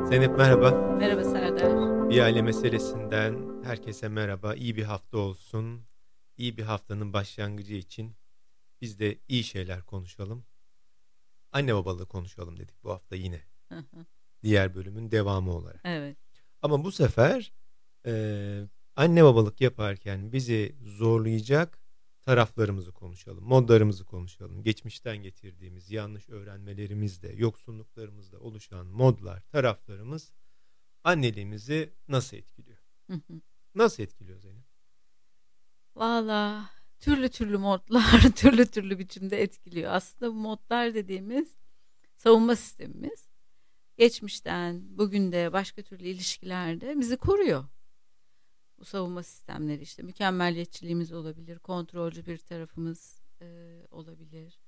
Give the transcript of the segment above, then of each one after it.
Zeynep merhaba. Merhaba Serdar. Bir aile meselesinden herkese merhaba. İyi bir hafta olsun. İyi bir haftanın başlangıcı için biz de iyi şeyler konuşalım. Anne babalığı konuşalım dedik bu hafta yine. Diğer bölümün devamı olarak. Evet. Ama bu sefer anne babalık yaparken bizi zorlayacak taraflarımızı konuşalım. Modlarımızı konuşalım. Geçmişten getirdiğimiz yanlış öğrenmelerimizle, yoksunluklarımızla oluşan modlar, taraflarımız anneliğimizi nasıl etkiliyor? Nasıl etkiliyor Zeynep? Valla türlü türlü modlar türlü türlü biçimde etkiliyor. Aslında bu modlar dediğimiz savunma sistemimiz geçmişten bugün de başka türlü ilişkilerde bizi koruyor. Bu savunma sistemleri işte mükemmeliyetçiliğimiz olabilir, kontrolcü bir tarafımız olabilir.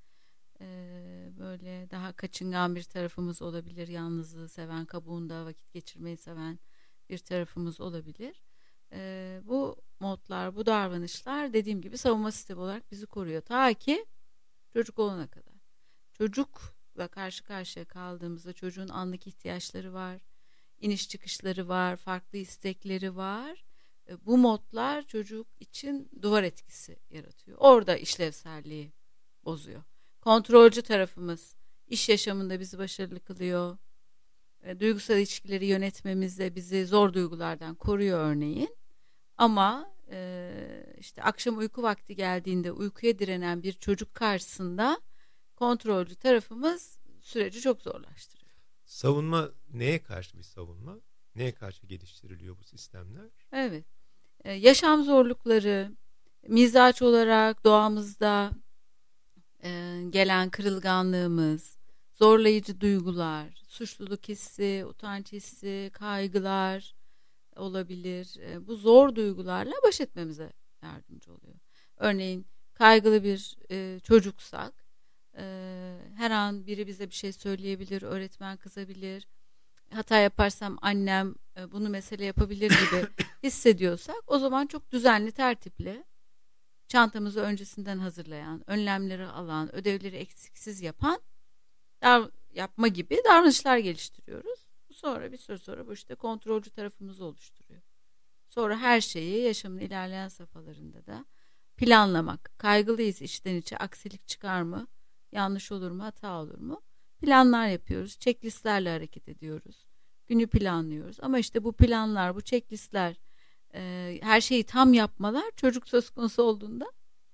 Böyle daha kaçıngan bir tarafımız olabilir, yalnızlığı seven, kabuğunda vakit geçirmeyi seven bir tarafımız olabilir. Bu modlar, bu davranışlar dediğim gibi savunma sistemi olarak bizi koruyor. Ta ki çocuk olana kadar. Çocukla karşı karşıya kaldığımızda çocuğun anlık ihtiyaçları var, iniş çıkışları var, farklı istekleri var. Bu modlar çocuk için duvar etkisi yaratıyor. Orada işlevselliği bozuyor. Kontrolcü tarafımız iş yaşamında bizi başarılı kılıyor. Duygusal ilişkileri yönetmemizde bizi zor duygulardan koruyor örneğin. Ama işte akşam uyku vakti geldiğinde uykuya direnen bir çocuk karşısında kontrolcü tarafımız süreci çok zorlaştırıyor. Savunma neye karşı bir savunma? Neye karşı geliştiriliyor bu sistemler? Evet. Yaşam zorlukları, mizaç olarak doğamızda gelen kırılganlığımız, zorlayıcı duygular, suçluluk hissi, utanç hissi, kaygılar olabilir. Bu zor duygularla baş etmemize yardımcı oluyor. Örneğin kaygılı bir çocuksak her an biri bize bir şey söyleyebilir, öğretmen kızabilir. Hata yaparsam annem bunu mesele yapabilir gibi hissediyorsak o zaman çok düzenli, tertipli, çantamızı öncesinden hazırlayan, önlemleri alan, ödevleri eksiksiz yapan yapma gibi davranışlar geliştiriyoruz. Sonra bir süre sonra bu işte kontrolcü tarafımızı oluşturuyor. Sonra her şeyi yaşamın ilerleyen safhalarında da planlamak. Kaygılıyız, içten içe aksilik çıkar mı? Yanlış olur mu? Hata olur mu? Planlar yapıyoruz. Checklistlerle hareket ediyoruz. Günü planlıyoruz. Ama işte bu planlar, bu checklistler, her şeyi tam yapmalar çocuk söz konusu olduğunda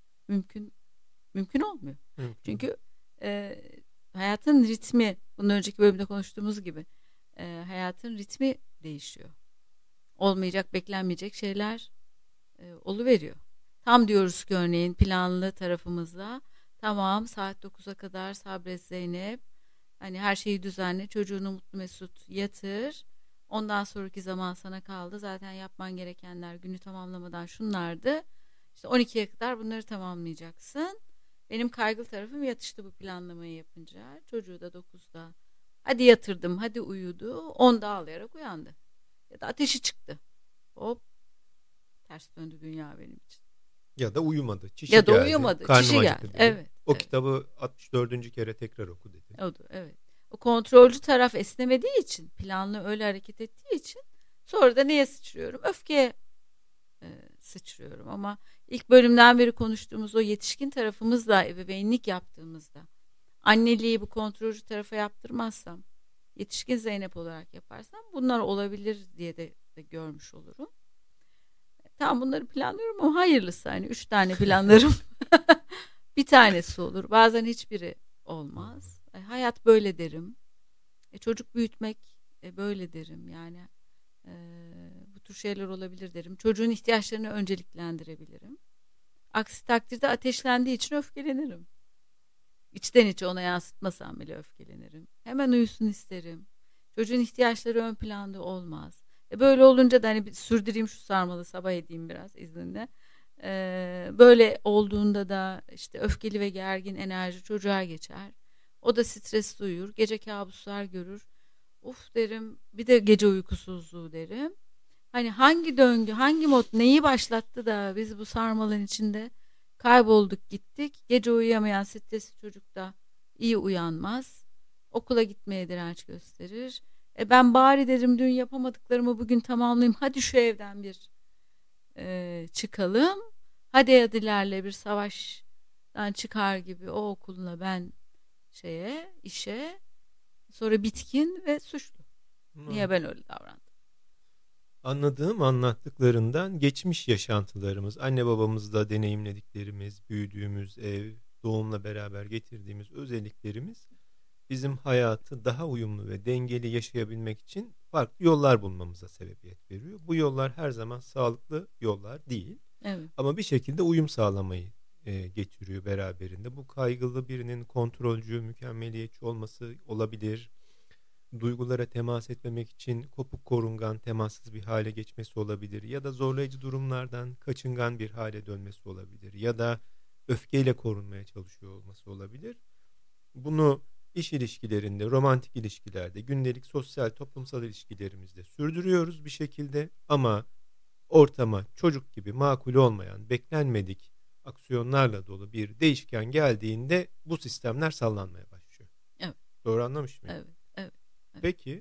mümkün olmuyor. Çünkü hayatın ritmi, bunun önceki bölümde konuştuğumuz gibi hayatın ritmi değişiyor. Olmayacak, beklenmeyecek şeyler oluveriyor. Tam diyoruz ki örneğin planlı tarafımızla tamam saat 9'a kadar sabret Zeynep. Hani her şeyi düzenle, çocuğunu mutlu mesut yatır. Ondan sonraki zaman sana kaldı. Zaten yapman gerekenler günü tamamlamadan şunlardı. İşte 12'ye kadar bunları tamamlayacaksın. Benim kaygılı tarafım yatıştı bu planlamayı yapınca. Çocuğu da 9'da hadi yatırdım, hadi uyudu. 10'da ağlayarak uyandı. Ya da ateşi çıktı. Hop, ters döndü dünya benim için. Ya da uyumadı. Çişi ya da geldi. uyumadı. Karnım Çişi acıktı geldi. dedi. Evet. O evet. kitabı 64. kere tekrar oku dedi. Evet. O kontrolcü taraf esnemediği için, planlı öyle hareket ettiği için sonra da neye sıçrıyorum? Öfkeye sıçrıyorum. Ama ilk bölümden beri konuştuğumuz o yetişkin tarafımızla ebeveynlik yaptığımızda anneliği bu kontrolcü tarafa yaptırmazsam, yetişkin Zeynep olarak yaparsam bunlar olabilir diye de görmüş olurum. Tamam, bunları planlıyorum ama hayırlısı, hani 3 tane planlarım bir tanesi olur. Bazen hiçbiri olmaz. Hayat böyle derim. Çocuk büyütmek böyle derim. Yani bu tür şeyler olabilir derim. Çocuğun ihtiyaçlarını önceliklendirebilirim. Aksi takdirde ateşlendiği için öfkelenirim. İçten içe ona yansıtmasam bile öfkelenirim. Hemen uyusun isterim. Çocuğun ihtiyaçları ön planda olmaz. Böyle olunca da hani bir sürdüreyim şu sarmalı, sabah edeyim biraz izninle. Böyle olduğunda da işte öfkeli ve gergin enerji çocuğa geçer. O da stresli uyur. Gece kabuslar görür. Uf derim. Bir de gece uykusuzluğu derim. Hani hangi döngü, hangi mod neyi başlattı da biz bu sarmalın içinde kaybolduk gittik. Gece uyuyamayan stresli çocuk da iyi uyanmaz. Okula gitmeye direnç gösterir. Ben bari derim dün yapamadıklarımı bugün tamamlayayım. Hadi şu evden bir çıkalım. Hadi hadilerle bir savaştan çıkar gibi o okuluna ben işe, sonra bitkin ve suçlu. Niye ben öyle davrandım? Anladığım anlattıklarından geçmiş yaşantılarımız, anne babamızla deneyimlediklerimiz, büyüdüğümüz ev, doğumla beraber getirdiğimiz özelliklerimiz bizim hayatı daha uyumlu ve dengeli yaşayabilmek için farklı yollar bulmamıza sebebiyet veriyor. Bu yollar her zaman sağlıklı yollar değil. Evet. Ama bir şekilde uyum sağlamayı getiriyor beraberinde. Bu kaygılı birinin kontrolcü, mükemmeliyetçi olması olabilir. Duygulara temas etmemek için kopuk korungan, temassız bir hale geçmesi olabilir. Ya da zorlayıcı durumlardan kaçıngan bir hale dönmesi olabilir. Ya da öfkeyle korunmaya çalışıyor olması olabilir. Bunu iş ilişkilerinde, romantik ilişkilerde, gündelik sosyal, toplumsal ilişkilerimizde sürdürüyoruz bir şekilde. Ama ortama çocuk gibi makul olmayan, beklenmedik aksiyonlarla dolu bir değişken geldiğinde bu sistemler sallanmaya başlıyor. Evet. Doğru anlamış mıyım? Evet. Evet. Peki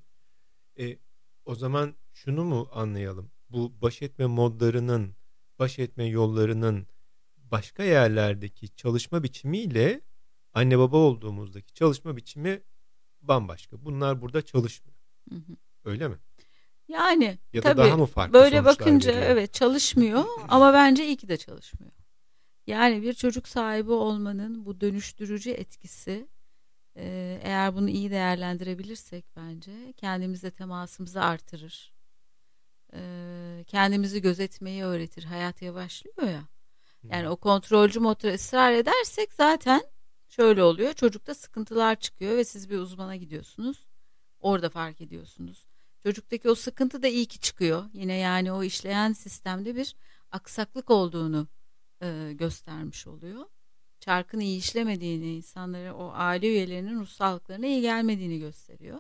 o zaman şunu mu anlayalım? Bu baş etme modlarının, baş etme yollarının başka yerlerdeki çalışma biçimiyle anne baba olduğumuzdaki çalışma biçimi bambaşka. Bunlar burada çalışmıyor. Hı hı. Öyle mi? Yani Ya da tabii daha mı farklı böyle sonuçlar bakınca veriyor? evet çalışmıyor ama bence iyi ki de çalışmıyor. Yani bir çocuk sahibi olmanın bu dönüştürücü etkisi, eğer bunu iyi değerlendirebilirsek bence kendimizle temasımızı artırır. Kendimizi gözetmeyi öğretir. Hayat yavaşlıyor ya. Yani o kontrolcü motora ısrar edersek zaten şöyle oluyor. Çocukta sıkıntılar çıkıyor ve siz bir uzmana gidiyorsunuz. Orada fark ediyorsunuz. Çocuktaki o sıkıntı da iyi ki çıkıyor. Yine yani o işleyen sistemde bir aksaklık olduğunu göstermiş oluyor. Çarkın iyi işlemediğini, insanlara, o aile üyelerinin ruh sağlıklarına iyi gelmediğini gösteriyor.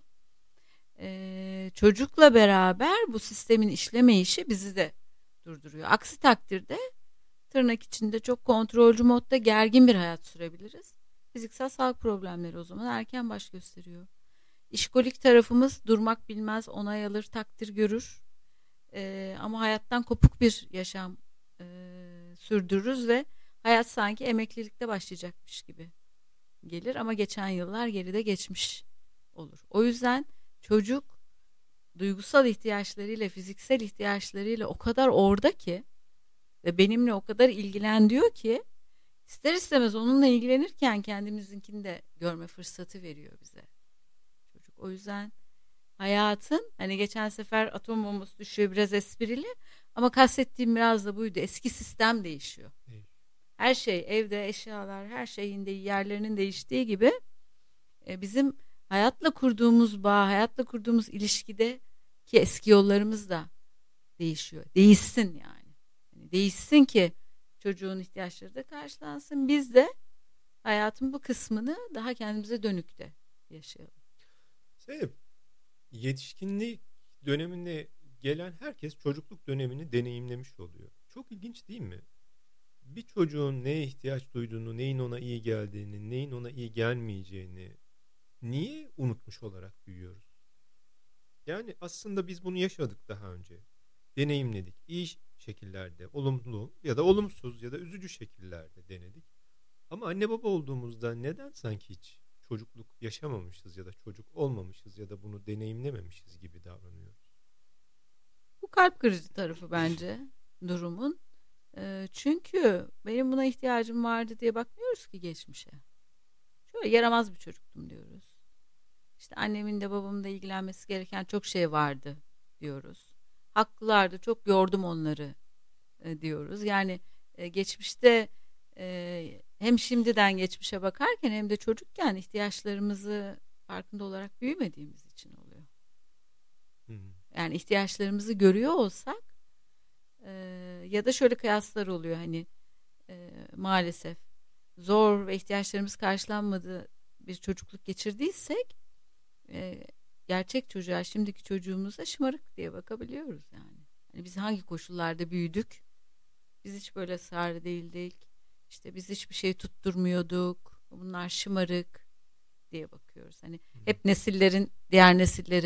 Çocukla beraber bu sistemin işlemeyişi bizi de durduruyor. Aksi takdirde tırnak içinde çok kontrolcü modda gergin bir hayat sürebiliriz. Fiziksel sağlık problemleri o zaman erken baş gösteriyor. İşkolik tarafımız durmak bilmez, onay alır, takdir görür. Ama hayattan kopuk bir yaşam sürdürürüz ve hayat sanki emeklilikte başlayacakmış gibi gelir ama geçen yıllar geride geçmiş olur. O yüzden çocuk duygusal ihtiyaçlarıyla, fiziksel ihtiyaçlarıyla o kadar orada ki ve benimle o kadar ilgilen diyor ki ister istemez onunla ilgilenirken kendimizinkini de görme fırsatı veriyor bize çocuk. O yüzden hayatın, hani geçen sefer atom bombası düşüyor, biraz esprili ama kastettiğim biraz da buydu. Eski sistem değişiyor. Her şey, evde eşyalar, her şeyin de yerlerinin değiştiği gibi bizim hayatla kurduğumuz bağ, hayatla kurduğumuz ilişkide ki eski yollarımız da değişiyor. Değişsin yani. Değişsin ki çocuğun ihtiyaçları da karşılansın. Biz de hayatın bu kısmını daha kendimize dönük de yaşayalım. Yetişkinlik döneminde gelen herkes çocukluk dönemini deneyimlemiş oluyor. Çok ilginç değil mi? Bir çocuğun neye ihtiyaç duyduğunu, neyin ona iyi geldiğini, neyin ona iyi gelmeyeceğini niye unutmuş olarak büyüyoruz? Yani aslında biz bunu yaşadık daha önce. Deneyimledik. İyi şekillerde, olumlu ya da olumsuz ya da üzücü şekillerde denedik. Ama anne baba olduğumuzda neden sanki hiç çocukluk yaşamamışız ya da çocuk olmamışız ya da bunu deneyimlememişiz gibi davranıyoruz? Bu kalp kırıcı tarafı bence durumun. Çünkü benim buna ihtiyacım vardı diye bakmıyoruz ki geçmişe. Şöyle yaramaz bir çocuktum diyoruz. İşte annemin de babamın da ilgilenmesi gereken çok şey vardı diyoruz. Haklılardı, çok yordum onları diyoruz. Yani geçmişte hem şimdiden geçmişe bakarken hem de çocukken ihtiyaçlarımızı farkında olarak büyümediğimiz için oluyor. Yani ihtiyaçlarımızı görüyor olsak ya da şöyle kıyaslar oluyor hani maalesef zor ve ihtiyaçlarımız karşılanmadığı bir çocukluk geçirdiysek gerçek çocuğa, şimdiki çocuğumuza şımarık diye bakabiliyoruz yani. Hani biz hangi koşullarda büyüdük? Biz hiç böyle sağır değildik. İşte biz hiçbir şey tutturmuyorduk. Bunlar şımarık diye bakıyoruz. Hani hep nesillerin diğer nesilleri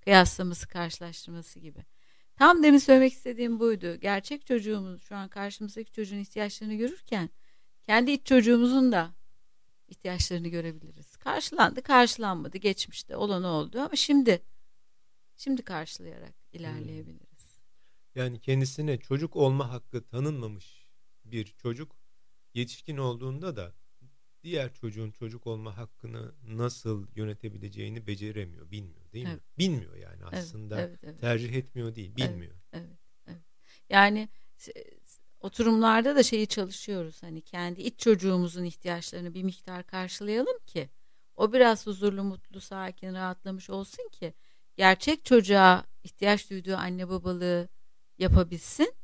kıyaslaması, karşılaştırması gibi. Tam demin söylemek istediğim buydu. Gerçek çocuğumuz, şu an karşımızdaki çocuğun ihtiyaçlarını görürken kendi iç çocuğumuzun da ihtiyaçlarını görebiliriz. Karşılandı, karşılanmadı, geçmişte olan oldu ama şimdi karşılayarak ilerleyebiliriz. Yani kendisine çocuk olma hakkı tanınmamış bir çocuk yetişkin olduğunda da diğer çocuğun çocuk olma hakkını nasıl yönetebileceğini beceremiyor, bilmiyor değil mi? Evet. Bilmiyor yani aslında. Evet. Tercih etmiyor değil, bilmiyor. Evet. Yani oturumlarda da şeyi çalışıyoruz. Hani kendi iç çocuğumuzun ihtiyaçlarını bir miktar karşılayalım ki o biraz huzurlu, mutlu, sakin, rahatlamış olsun ki gerçek çocuğa ihtiyaç duyduğu anne babalığı yapabilsin.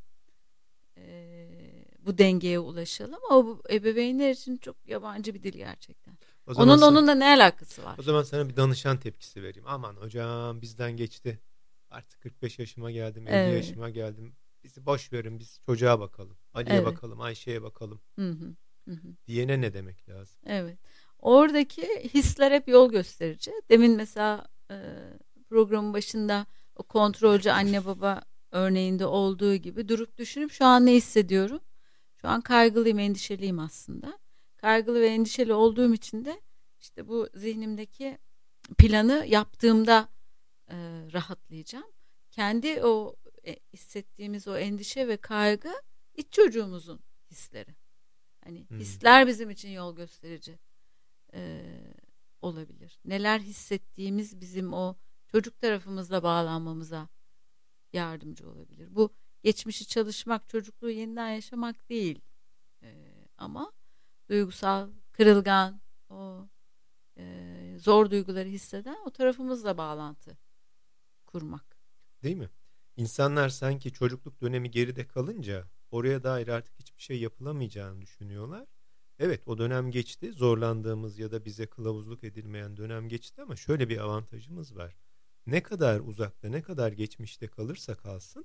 Bu dengeye ulaşalım. O ebeveynler için çok yabancı bir dil gerçekten. Onunla ne alakası var? O zaman sana bir danışan tepkisi vereyim. Aman hocam bizden geçti. Artık 45 yaşıma geldim, 50 yaşıma geldim. Bizi boş verin, biz çocuğa bakalım. Ali'ye bakalım, Ayşe'ye bakalım. Diyene ne demek lazım? Evet. Oradaki hisler hep yol gösterici. Demin mesela programın başında o kontrolcü anne baba örneğinde olduğu gibi durup düşünüp şu an ne hissediyorum? Şu an kaygılıyım, endişeliyim aslında. Kaygılı ve endişeli olduğum için de işte bu zihnimdeki planı yaptığımda rahatlayacağım. Kendi o hissettiğimiz o endişe ve kaygı iç çocuğumuzun hisleri. Hani hisler bizim için yol gösterici olabilir. Neler hissettiğimiz bizim o çocuk tarafımızla bağlanmamıza yardımcı olabilir. Bu geçmişi çalışmak, çocukluğu yeniden yaşamak değil. Ama duygusal, kırılgan, o zor duyguları hisseden o tarafımızla bağlantı kurmak. Değil mi? İnsanlar sanki çocukluk dönemi geride kalınca oraya dair artık hiçbir şey yapılamayacağını düşünüyorlar. Evet, o dönem geçti. Zorlandığımız ya da bize kılavuzluk edilmeyen dönem geçti ama şöyle bir avantajımız var. Ne kadar uzakta, ne kadar geçmişte kalırsa kalsın,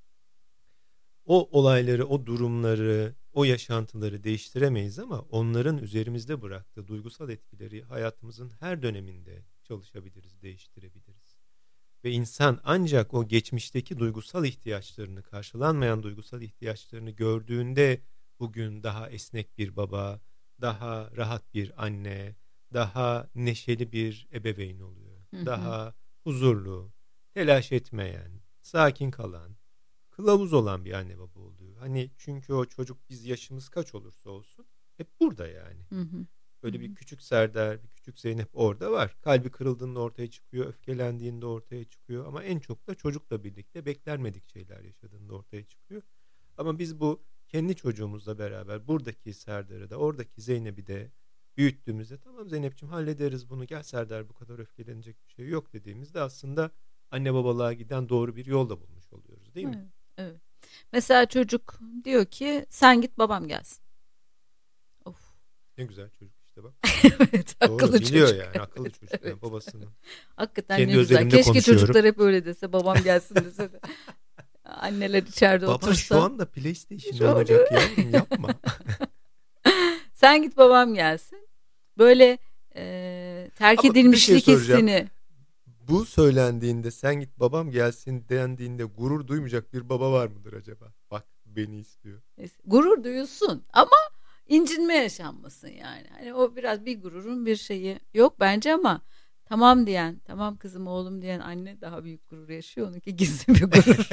o olayları, o durumları, o yaşantıları değiştiremeyiz ama onların üzerimizde bıraktığı duygusal etkileri hayatımızın her döneminde çalışabiliriz, değiştirebiliriz. Ve insan ancak o geçmişteki duygusal ihtiyaçlarını, karşılanmayan duygusal ihtiyaçlarını gördüğünde bugün daha esnek bir baba, daha rahat bir anne, daha neşeli bir ebeveyn oluyor. Daha huzurlu, telaş etmeyen, sakin kalan, kılavuz olan bir anne baba oluyor. Hani çünkü o çocuk biz yaşımız kaç olursa olsun hep burada yani. Böyle bir küçük Serdar, bir küçük Zeynep orada var. Kalbi kırıldığında ortaya çıkıyor, öfkelendiğinde ortaya çıkıyor. Ama en çok da çocukla birlikte beklenmedik şeyler yaşadığında ortaya çıkıyor. Ama biz bu kendi çocuğumuzla beraber buradaki Serdar'ı da oradaki Zeynep'i de büyüttüğümüzde tamam Zeynep'ciğim hallederiz bunu, gel Serdar bu kadar öfkelenecek bir şey yok dediğimizde aslında anne babalığa giden doğru bir yol da bulmuş oluyoruz değil mi? Evet. Mesela çocuk diyor ki sen git babam gelsin. Of. Ne güzel çocuk işte bak. Evet, akıllı doğru, biliyor çocuk. yani akıllı çocuk yani Evet. babasının. Hakikaten Kendi ne güzel. özelimde Keşke konuşuyorum. çocuklar hep öyle dese, babam gelsin dese de. Anneler içeride Baba otursa. şu anda PlayStation oynayacak yavrum yapma. Sen git babam gelsin. Böyle terk Ama edilmişlik bir şey soracağım. hissini. Bu söylendiğinde sen git babam gelsin dendiğinde gurur duymayacak bir baba var mıdır acaba? Bak beni istiyor. Gurur duyulsun ama incinme yaşanmasın yani. Hani o biraz bir gururun bir şeyi yok bence ama tamam diyen, tamam kızım oğlum diyen anne daha büyük gurur yaşıyor. Onunki gizli bir gurur.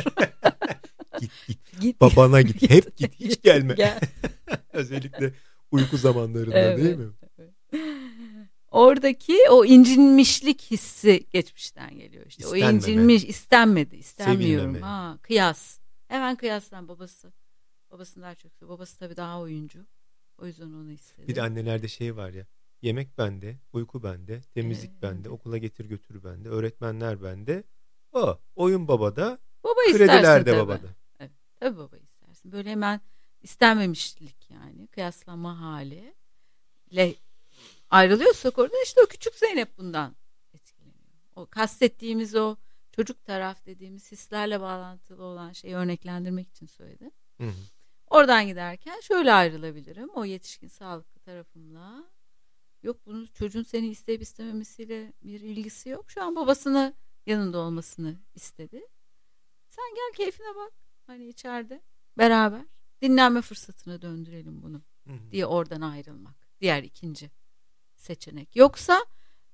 Git. Babana git. Hep git. Hiç gelme. Gel. Özellikle uyku zamanlarında Evet, değil mi? Evet. Oradaki o incinmişlik hissi geçmişten geliyor işte. İstenmeme. O incinmiş, istenmedi, istenmiyorum. Sevilmeme. Ha, kıyas. Hemen kıyaslan babası. Babasını daha çok seviyor. Babası tabii daha oyuncu. O yüzden onu istedi. Bir de annelerde şey var ya. Yemek bende, uyku bende, temizlik bende, Evet. okula getir götür bende, öğretmenler bende. Oyun babada, Baba krediler istersin de tabii. babada. Evet, tabii baba istersin. Böyle hemen istenmemişlik yani. Kıyaslama haliyle ayrılıyorsak orada işte o küçük Zeynep bundan etkileniyor. O kastettiğimiz o çocuk taraf dediğimiz hislerle bağlantılı olan şeyi örneklendirmek için söyledim. Hı. Oradan giderken şöyle ayrılabilirim. O yetişkin sağlıklı tarafımla. Yok bunun çocuğun seni isteyip istememesiyle bir ilgisi yok. Şu an babasını yanında olmasını istedi. Sen gel keyfine bak. Hani içeride beraber dinlenme fırsatına döndürelim bunu diye oradan ayrılmak. Diğer ikinci seçenek. Yoksa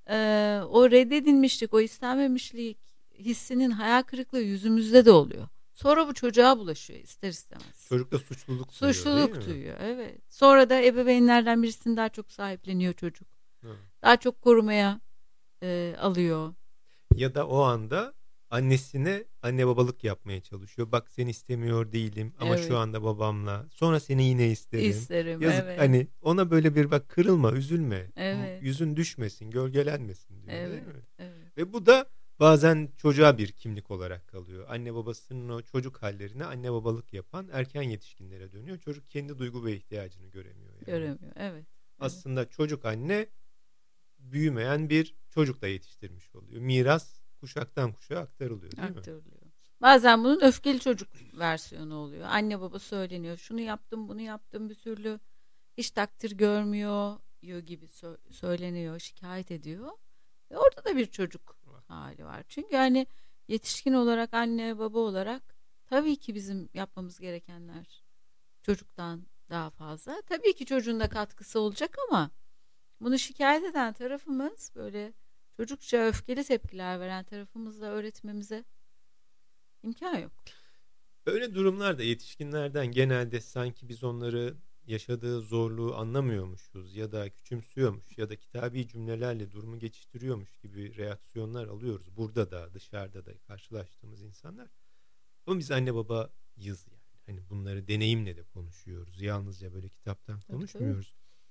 o reddedilmişlik, o istenmemişlik hissinin hayal kırıklığı yüzümüzde de oluyor. Sonra bu çocuğa bulaşıyor ister istemez. Çocuk da suçluluk duyuyor, evet. Sonra da ebeveynlerden birisini daha çok sahipleniyor çocuk. Daha çok korumaya alıyor. Ya da o anda annesine anne babalık yapmaya çalışıyor. Bak seni istemiyor değilim ama şu anda babamla. Sonra seni yine isterim. Yazık, evet. Hani ona böyle bir bak, kırılma, üzülme. Evet. Yüzün düşmesin, gölgelenmesin diyor, evet. değil mi? Evet. Ve bu da bazen çocuğa bir kimlik olarak kalıyor. Anne babasının o çocuk hallerine anne babalık yapan erken yetişkinlere dönüyor. Çocuk kendi duygu ve ihtiyacını göremiyor. Yani. Göremiyor, evet. Aslında çocuk anne büyümeyen bir çocuk da yetiştirmiş oluyor. Miras kuşaktan kuşağa aktarılıyor, değil mi? Bazen bunun öfkeli çocuk versiyonu oluyor. Anne baba söyleniyor. Şunu yaptım, bunu yaptım, bir türlü hiç takdir görmüyor gibi söyleniyor, şikayet ediyor. Ve orada da bir çocuk hali var. Çünkü hani yetişkin olarak, anne baba olarak tabii ki bizim yapmamız gerekenler çocuktan daha fazla. Tabii ki çocuğun da katkısı olacak ama bunu şikayet eden tarafımız, böyle çocukça öfkeli tepkiler veren tarafımızla öğretmemize imkan yok. Böyle durumlarda yetişkinlerden genelde sanki biz onları yaşadığı zorluğu anlamıyormuşuz ya da küçümsüyormuş ya da kitabi cümlelerle durumu geçiştiriyormuş gibi reaksiyonlar alıyoruz. Burada da dışarıda da karşılaştığımız insanlar. Ama biz anne babayız yani. Hani bunları deneyimle de konuşuyoruz. Yalnızca böyle kitaptan konuşmuyoruz.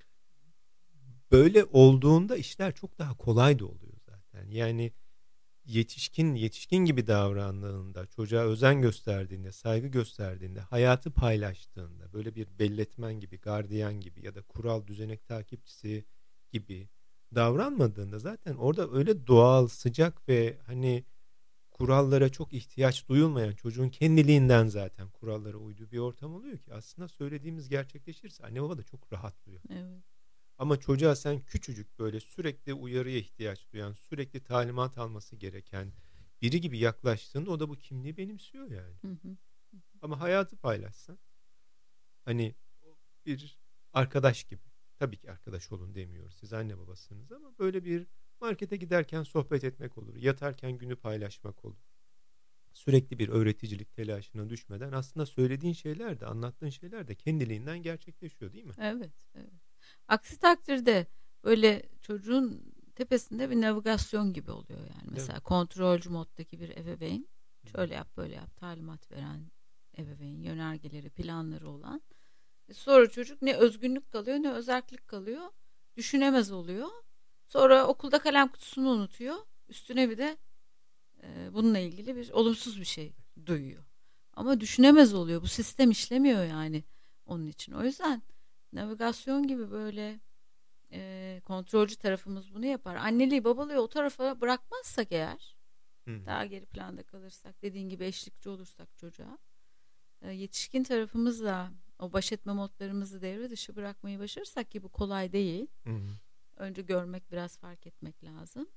Böyle olduğunda işler çok daha kolay da oluyor zaten. Yani yetişkin gibi davrandığında, çocuğa özen gösterdiğinde, saygı gösterdiğinde, hayatı paylaştığında, böyle bir belletmen gibi, gardiyan gibi ya da kural düzenek takipçisi gibi davranmadığında zaten orada öyle doğal, sıcak ve hani kurallara çok ihtiyaç duyulmayan, çocuğun kendiliğinden zaten kurallara uyduğu bir ortam oluyor ki aslında söylediğimiz gerçekleşirse anne baba da çok rahatlıyor. Evet. Ama çocuğa sen küçücük, böyle sürekli uyarıya ihtiyaç duyan, sürekli talimat alması gereken biri gibi yaklaştığında o da bu kimliği benimsiyor yani. Ama hayatı paylaşsan, hani bir arkadaş gibi, tabii ki arkadaş olun demiyoruz, siz anne babasınız, ama böyle bir markete giderken sohbet etmek olur, yatarken günü paylaşmak olur. Sürekli bir öğreticilik telaşına düşmeden aslında söylediğin şeyler de, anlattığın şeyler de kendiliğinden gerçekleşiyor, değil mi? Evet, evet. Aksi takdirde böyle çocuğun tepesinde bir navigasyon gibi oluyor yani. Mesela evet, kontrolcü moddaki bir ebeveyn, şöyle yap böyle yap talimat veren ebeveyn, yönergeleri, planları olan. Sonra çocuk ne özgünlük kalıyor ne özerklik kalıyor, düşünemez oluyor. Sonra okulda kalem kutusunu unutuyor, üstüne bir de bununla ilgili bir olumsuz bir şey duyuyor. Ama düşünemez oluyor, bu sistem işlemiyor yani onun için. O yüzden navigasyon gibi böyle kontrolcü tarafımız bunu yapar. Anneliği babalığı o tarafa bırakmazsak eğer, daha geri planda kalırsak, dediğin gibi eşlikçi olursak çocuğa, yetişkin tarafımızla o baş etme modlarımızı devre dışı bırakmayı başarırsak, ki bu kolay değil. Önce görmek, biraz fark etmek lazım.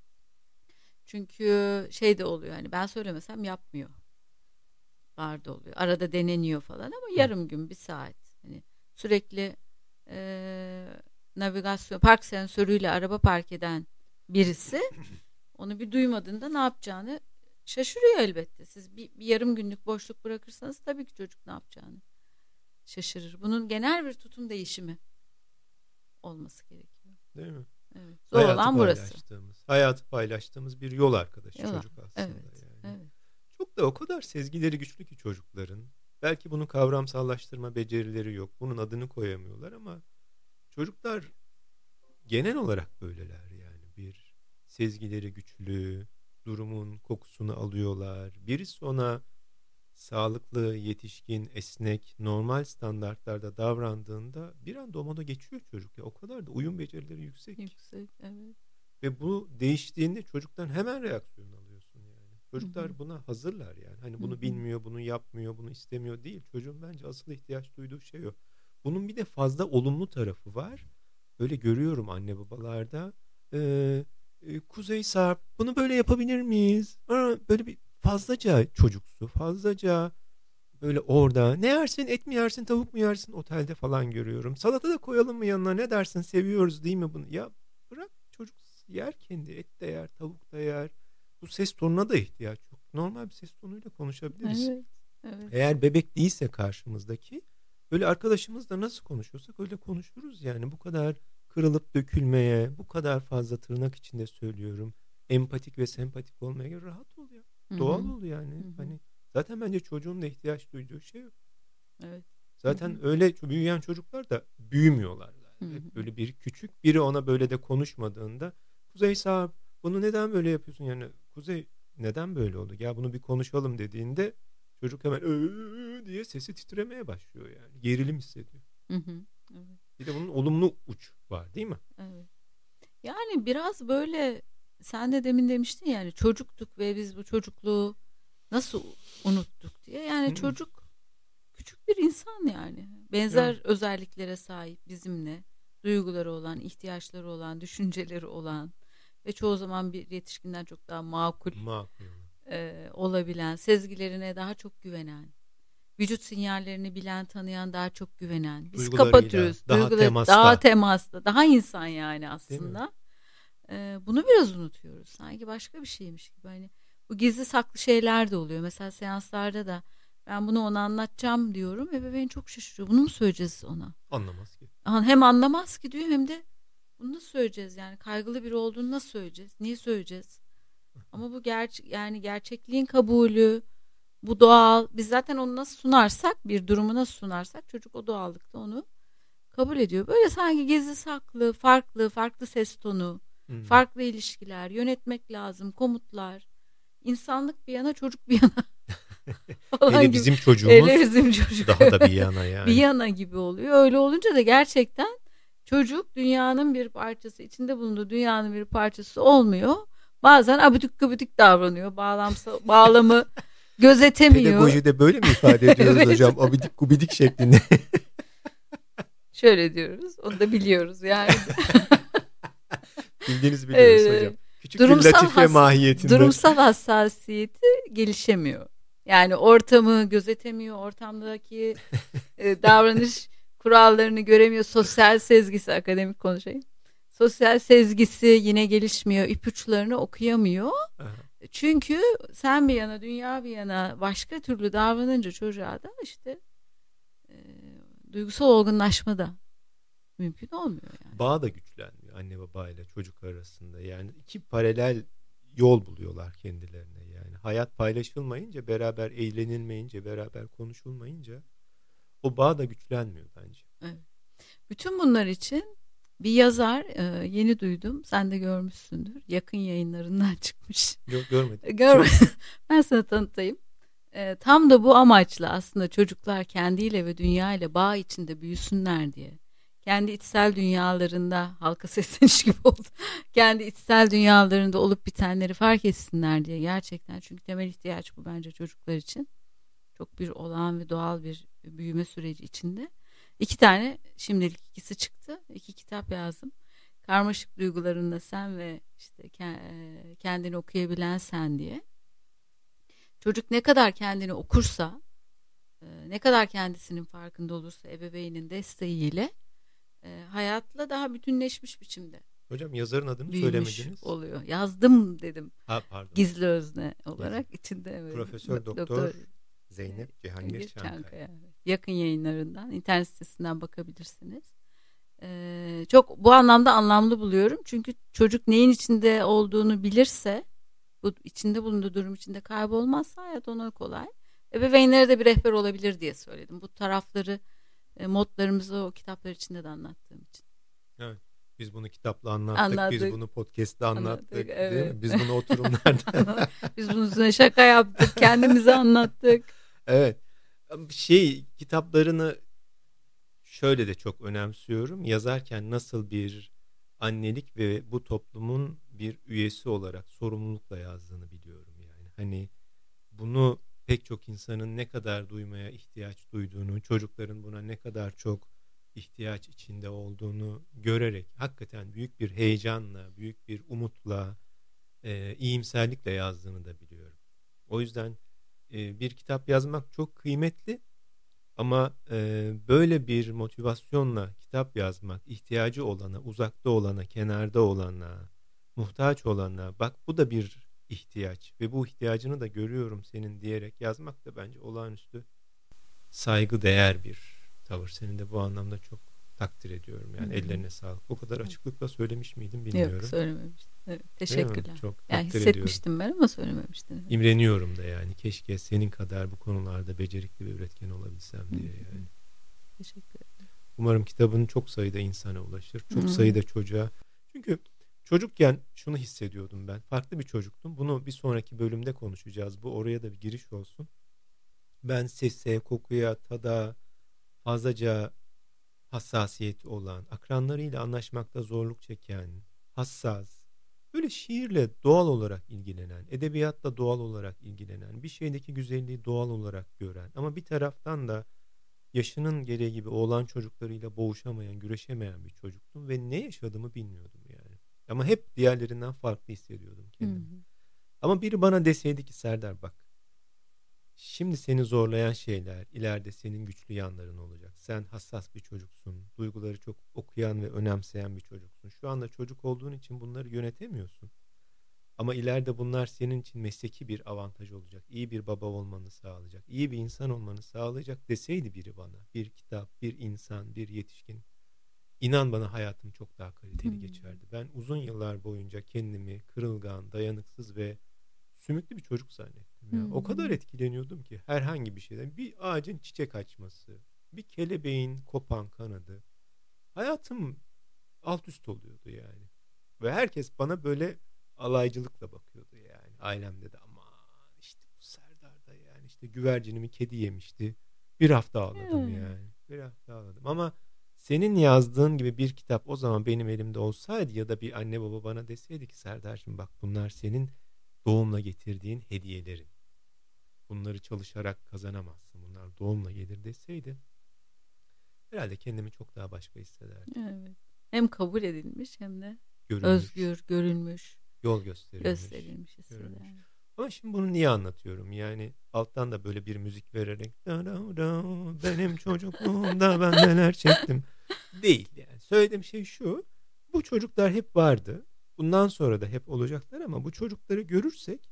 Çünkü şey de oluyor, hani ben söylemesem yapmıyor. Var da oluyor. Arada deneniyor falan ama yarım gün, bir saat. Hani sürekli navigasyon, park sensörüyle araba park eden birisi onu bir duymadığında ne yapacağını şaşırıyor elbette. Siz bir yarım günlük boşluk bırakırsanız tabii ki çocuk ne yapacağını şaşırır. Bunun genel bir tutum değişimi olması gerekiyor. Değil mi? Evet. Zor hayatı olan burası. Hayatı paylaştığımız bir yol arkadaşı çocuk aslında. Evet, yani. Evet. Çok da o kadar sezgileri güçlü ki çocukların. Belki bunun kavramsallaştırma becerileri yok. Bunun adını koyamıyorlar ama çocuklar genel olarak böyleler yani. Bir sezgileri güçlü, durumun kokusunu alıyorlar. Birisi ona sağlıklı, yetişkin, esnek, normal standartlarda davrandığında bir anda o moda geçiyor çocuk. Ya o kadar da uyum becerileri yüksek. Yüksek, evet. Ve bu değiştiğinde çocuktan hemen reaksiyon alıyorsun yani. Çocuklar buna hazırlar yani. Hani bunu bilmiyor, bunu yapmıyor, bunu istemiyor değil. Çocuğun bence asıl ihtiyaç duyduğu şey o. Bunun bir de fazla olumlu tarafı var. Öyle görüyorum anne babalarda. Kuzey Sarp, bunu böyle yapabilir miyiz? Böyle bir fazlaca çocuksu, fazlaca böyle orada. Ne yersin, et mi yersin, tavuk mu yersin, otelde falan görüyorum. Salata da koyalım mı yanına, ne dersin, seviyoruz değil mi bunu? Ya bırak çocuk yer kendi, et de yer, tavuk da yer. Bu ses tonuna da ihtiyaç yok. Normal bir ses tonuyla konuşabiliriz. Evet, evet. Eğer bebek değilse karşımızdaki, böyle arkadaşımızla nasıl konuşuyorsak öyle konuşuruz yani. Bu kadar kırılıp dökülmeye, bu kadar fazla, tırnak içinde söylüyorum, empatik ve sempatik olmaya göre rahat ol ya. Hı Doğal hı. ol yani. Hı hı. Hani zaten bence çocuğun da ihtiyaç duyduğu şey o. Evet. Zaten Hı hı. öyle büyüyen çocuklar da büyümüyorlar. Hı Yani hı. hep böyle biri küçük, biri ona böyle de konuşmadığında, Kuzey sağ, bunu neden böyle yapıyorsun yani, Kuzey neden böyle oldu? Ya bunu bir konuşalım dediğinde çocuk hemen diye sesi titremeye başlıyor yani. Gerilim hissediyor. Hı hı. Evet. Bir de bunun olumlu uç var değil mi? Evet. Yani biraz böyle, sen de demin demiştin yani çocuktuk ve biz bu çocukluğu nasıl unuttuk diye. Yani Hı. çocuk küçük bir insan yani. Evet. Benzer özelliklere sahip bizimle. Duyguları olan, ihtiyaçları olan, düşünceleri olan ve çoğu zaman bir yetişkinden çok daha makul Makul. olabilen, sezgilerine daha çok güvenen, vücut sinyallerini bilen, tanıyan, daha çok güvenen. Biz Duygularıyla kapatıyoruz. daha Duyguları daha temasta, temaslı, daha insan yani değil mi? aslında. Bunu biraz unutuyoruz. Sanki başka bir şeymiş gibi. Hani bu gizli saklı şeyler de oluyor. Mesela seanslarda da ben bunu ona anlatacağım diyorum. Ebeveyn çok şaşırıyor. Bunu mu söyleyeceğiz ona? Anlamaz ki. Hem anlamaz ki diyor, hem de bunu nasıl söyleyeceğiz yani, kaygılı biri olduğunu nasıl söyleyeceğiz? Niye söyleyeceğiz? Ama bu yani gerçekliğin kabulü, bu doğal. Biz zaten onu nasıl sunarsak, bir durumu nasıl sunarsak çocuk o doğallıkta onu kabul ediyor. Böyle sanki gizli saklı, farklı ses tonu, Hmm. farklı ilişkiler, yönetmek lazım, komutlar. İnsanlık bir yana, çocuk bir yana falan Hele gibi. bizim Öyle çocuğumuz bizim çocuk. daha da bir yana Bir yani. yana gibi oluyor. Öyle olunca da gerçekten çocuk dünyanın bir parçası, içinde bulunduğu dünyanın bir parçası olmuyor. Bazen abidik gubidik davranıyor. Bağlamı gözetemiyor. Pedagojide böyle mi ifade ediyoruz Evet. hocam? Abidik gubidik şeklinde. Şöyle diyoruz. Onu da biliyoruz yani. Bildiğinizi biliyoruz hocam. Ee, Küçük bir durumsal latife mahiyetinde. durumsal hassasiyeti gelişemiyor. Yani ortamı gözetemiyor, ortamdaki davranış kurallarını göremiyor. Sosyal sezgisi, akademik konuşayım. Sosyal sezgisi yine gelişmiyor. İpuçlarını okuyamıyor. Aha. Çünkü sen bir yana, dünya bir yana başka türlü davranınca çocuğa da işte e, duygusal olgunlaşma da mümkün olmuyor yani. Bağ da güçlenmiyor anne babayla çocuk arasında. Yani iki paralel yol buluyorlar kendilerine yani. Hayat paylaşılmayınca, beraber eğlenilmeyince, beraber konuşulmayınca o bağ da güçlenmiyor bence. Evet. Bütün bunlar için bir yazar, yeni duydum, sen de görmüşsündür, Yakın Yayınlarından çıkmış. Görmedim. Görmedim. Ben sana tanıtayım. Tam da bu amaçla aslında çocuklar kendiyle ve dünya ile bağ içinde büyüsünler diye. Kendi içsel dünyalarında, halka sesleniş gibi oldu. Kendi içsel dünyalarında olup bitenleri fark etsinler diye, gerçekten. Çünkü temel ihtiyaç bu bence çocuklar için. Çok bir olağan ve doğal bir büyüme süreci içinde. 2 tane, şimdilik ikisi çıktı. 2 kitap yazdım. Karmaşık Duygularında Sen ve işte Kendini Okuyabilen Sen diye. Çocuk ne kadar kendini okursa, ne kadar kendisinin farkında olursa ebeveynin desteğiyle hayatla daha bütünleşmiş biçimde Hocam yazarın adını büyümüş söylemediniz. oluyor. Yazdım dedim. Ha pardon. Gizli özne olarak içinde, evet. Profesör Doktor Zeynep Cihangir Çankaya. Çankaya. Yakın Yayınlarından, internet sitesinden bakabilirsiniz. Çok bu anlamda anlamlı buluyorum. Çünkü çocuk neyin içinde olduğunu bilirse, bu içinde bulunduğu durum içinde kaybolmazsa hayat ona kolay. Ebeveynlere de bir rehber olabilir diye söyledim. Bu tarafları, modlarımızı o kitaplar içinde de anlattığım için. Evet. Biz bunu kitapla anlattık. Biz bunu podcast'la anlattık. Değil Evet. mi? Biz bunu oturumlarda. Biz bunun üstüne şaka yaptık. Kendimize anlattık. Evet. Kitaplarını şöyle de çok önemsiyorum. Yazarken nasıl bir annelik ve bu toplumun bir üyesi olarak sorumlulukla yazdığını biliyorum yani. Hani bunu pek çok insanın ne kadar duymaya ihtiyaç duyduğunu, çocukların buna ne kadar çok ihtiyaç içinde olduğunu görerek hakikaten büyük bir heyecanla, büyük bir umutla, iyimserlikle yazdığını da biliyorum. O yüzden bir kitap yazmak çok kıymetli ama böyle bir motivasyonla kitap yazmak, ihtiyacı olana, uzakta olana, kenarda olana, muhtaç olana, bak bu da bir ihtiyaç ve bu ihtiyacını da görüyorum senin diyerek yazmak da bence olağanüstü saygı değer bir tavır. Senin de bu anlamda çok takdir ediyorum. Yani ellerine sağlık. O kadar açıklıkla söylemiş miydim bilmiyorum. Yok, söylememiştim. Evet, Değil mi? teşekkürler. Çok Yani takdir hissetmiştim ediyorum. ben ama söylememiştim. Evet. İmreniyorum da yani. Keşke senin kadar bu konularda becerikli ve üretken olabilsem diye yani. Teşekkür ederim. Umarım kitabın çok sayıda insana ulaşır. Çok sayıda çocuğa. Çünkü çocukken şunu hissediyordum ben. Farklı bir çocuktum. Bunu bir sonraki bölümde konuşacağız. Bu oraya da bir giriş olsun. Ben sese, kokuya, tada fazlaca hassasiyeti olan, akranlarıyla anlaşmakta zorluk çeken, hassas, böyle şiirle doğal olarak ilgilenen, edebiyatla doğal olarak ilgilenen, bir şeydeki güzelliği doğal olarak gören ama bir taraftan da yaşının gereği gibi oğlan çocuklarıyla boğuşamayan, güreşemeyen bir çocuktum ve ne yaşadığımı bilmiyordum yani. Ama hep diğerlerinden farklı hissediyordum kendimi. Ama biri bana deseydi ki Serdar bak, şimdi seni zorlayan şeyler ileride senin güçlü yanların olacak. Sen hassas bir çocuksun. Duyguları çok okuyan ve önemseyen bir çocuksun. Şu anda çocuk olduğun için bunları yönetemiyorsun. Ama ileride bunlar senin için mesleki bir avantaj olacak. İyi bir baba olmanı sağlayacak. İyi bir insan olmanı sağlayacak deseydi biri bana. Bir kitap, bir insan, bir yetişkin. İnan bana hayatım çok daha kaliteli geçerdi. Ben uzun yıllar boyunca kendimi kırılgan, dayanıksız ve sümüklü bir çocuk zannettim ya. O kadar etkileniyordum ki herhangi bir şeyden. Bir ağacın çiçek açması, bir kelebeğin kopan kanadı. Hayatım alt üst oluyordu yani. Ve herkes bana böyle alaycılıkla bakıyordu yani. Ailemde de aman işte bu Serdar da yani işte güvercinimi kedi yemişti. Bir hafta ağladım yani. Bir hafta ağladım ama senin yazdığın gibi bir kitap o zaman benim elimde olsaydı ya da bir anne baba bana deseydi ki Serdar'cığım bak bunlar senin doğumla getirdiğin hediyelerin. Bunları çalışarak kazanamazsın. Bunlar doğumla gelir deseydi herhalde kendimi çok daha başka hissederdim. Evet. Hem kabul edilmiş hem de Görülmüş, özgür, görülmüş, yol gösterilmiş. hissedermiş. Ama şimdi bunu niye anlatıyorum? Yani alttan da böyle bir müzik vererek benim çocukluğumda ben neler çektim değil yani. Söylediğim şey şu, bu çocuklar hep vardı. Bundan sonra da hep olacaklar ama bu çocukları görürsek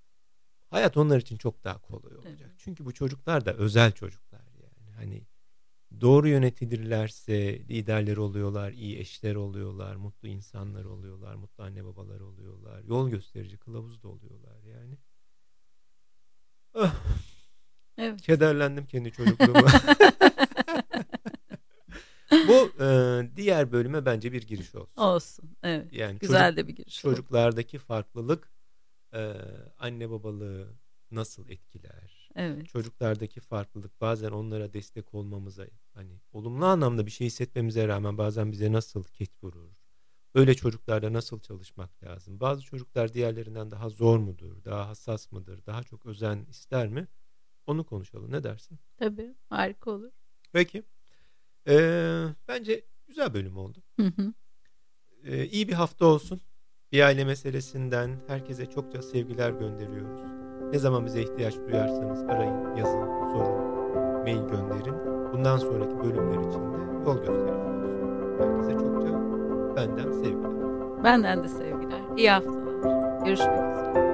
hayat onlar için çok daha kolay olacak. Evet. Çünkü bu çocuklar da özel çocuklar yani. Hani doğru yönetilirlerse liderler oluyorlar, iyi eşler oluyorlar, mutlu insanlar oluyorlar, mutlu anne babalar oluyorlar, yol gösterici kılavuz da oluyorlar yani. Evet. Kederlendim kendi çocukluğuma. Bu diğer bölüme bence bir giriş olsun. Olsun, evet. Yani güzel de bir giriş. Çocuklardaki farklılık anne babalığı nasıl etkiler? Evet. Çocuklardaki farklılık bazen onlara destek olmamıza, hani olumlu anlamda bir şey hissetmemize rağmen bazen bize nasıl ket vurur? Öyle çocuklarla nasıl çalışmak lazım? Bazı çocuklar diğerlerinden daha zor mudur? Daha hassas mıdır? Daha çok özen ister mi? Onu konuşalım. Ne dersin? Tabii. Harika olur. Peki. Bence güzel bölüm oldu. İyi bir hafta olsun. Bir aile meselesinden herkese çokça sevgiler gönderiyoruz. Ne zaman bize ihtiyaç duyarsanız arayın, yazın, sorun, mail gönderin. Bundan sonraki bölümler için de yol gösterici olsun. Herkese çokça benden sevgiler. Benden de sevgiler. İyi haftalar. Görüşmek üzere.